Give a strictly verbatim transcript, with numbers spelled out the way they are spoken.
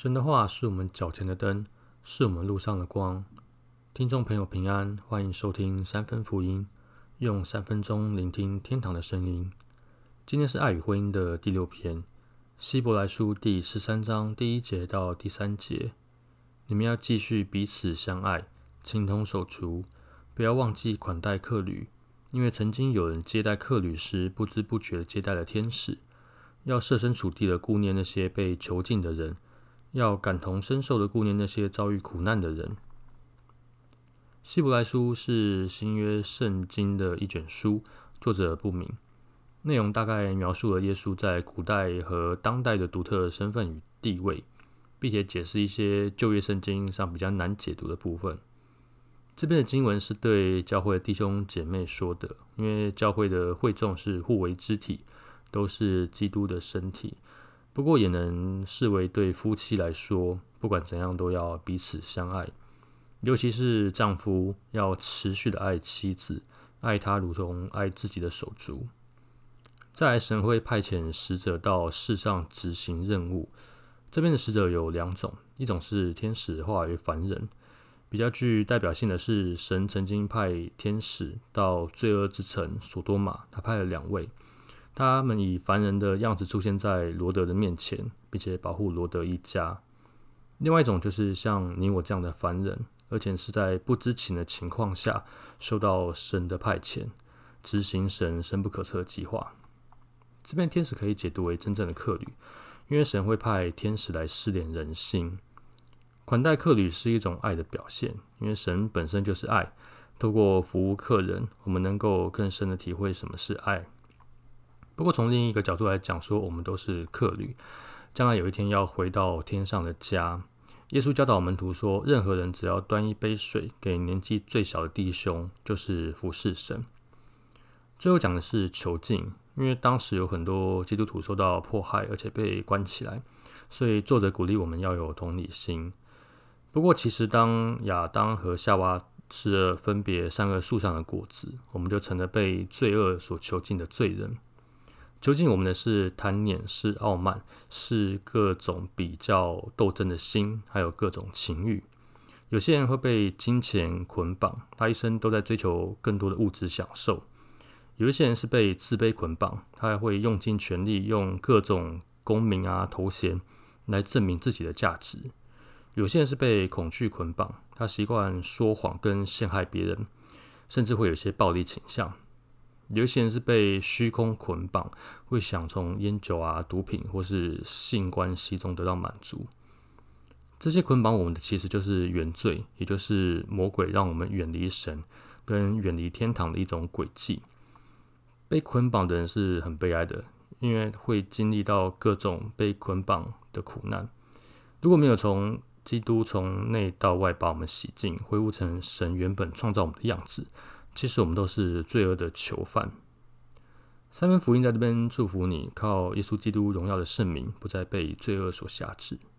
神的话是我们脚前的灯，是我们路上的光。听众朋友平安，欢迎收听三分福音，用三分钟聆听天堂的声音。今天是爱与婚姻的第六篇，希伯来书第十三章第一节到第三节。你们要继续彼此相爱，情同手足，不要忘记款待客旅，因为曾经有人接待客旅时，不知不觉接待了天使。要设身处地的顾念那些被囚禁的人，要感同身受的顾念那些遭遇苦难的人。希伯来书是新约圣经的一卷书，作者不明，内容大概描述了耶稣在古代和当代的独特身份与地位，并且解释一些旧约圣经上比较难解读的部分。这边的经文是对教会的弟兄姐妹说的，因为教会的会众是互为肢体，都是基督的身体。不过也能视为对夫妻来说，不管怎样都要彼此相爱，尤其是丈夫要持续的爱妻子，爱她如同爱自己的手足。再来，神会派遣使者到世上执行任务。这边的使者有两种，一种是天使化为凡人，比较具代表性的是神曾经派天使到罪恶之城索多玛，他派了两位，他们以凡人的样子出现在罗德的面前，并且保护罗德一家。另外一种就是像你我这样的凡人，而且是在不知情的情况下受到神的派遣，执行神深不可测的计划。这边天使可以解读为真正的客旅，因为神会派天使来试炼人心。款待客旅是一种爱的表现，因为神本身就是爱，透过服务客人，我们能够更深的体会什么是爱。不过从另一个角度来讲说，我们都是客旅，将来有一天要回到天上的家。耶稣教导门徒说，任何人只要端一杯水给年纪最小的弟兄，就是服侍神。最后讲的是囚禁，因为当时有很多基督徒受到迫害，而且被关起来，所以作者鼓励我们要有同理心。不过其实当亚当和夏娃吃了分别善恶树上的果子，我们就成了被罪恶所囚禁的罪人。囚禁我们的是贪念，是傲慢，是各种比较斗争的心，还有各种情欲。有些人会被金钱捆绑，他一生都在追求更多的物质享受。有一些人是被自卑捆绑，他还会用尽全力，用各种功名啊、头衔来证明自己的价值。有些人是被恐惧捆绑，他习惯说谎跟陷害别人，甚至会有一些暴力倾向。有一些人是被虚空捆绑，会想从烟酒啊、毒品或是性关系中得到满足。这些捆绑我们的其实就是原罪，也就是魔鬼让我们远离神跟远离天堂的一种诡计。被捆绑的人是很悲哀的，因为会经历到各种被捆绑的苦难。如果没有从基督从内到外把我们洗净，恢复成神原本创造我们的样子，其实我们都是罪恶的囚犯。三分福音在这边祝福你，靠耶稣基督荣耀的圣名，不再被罪恶所辖制。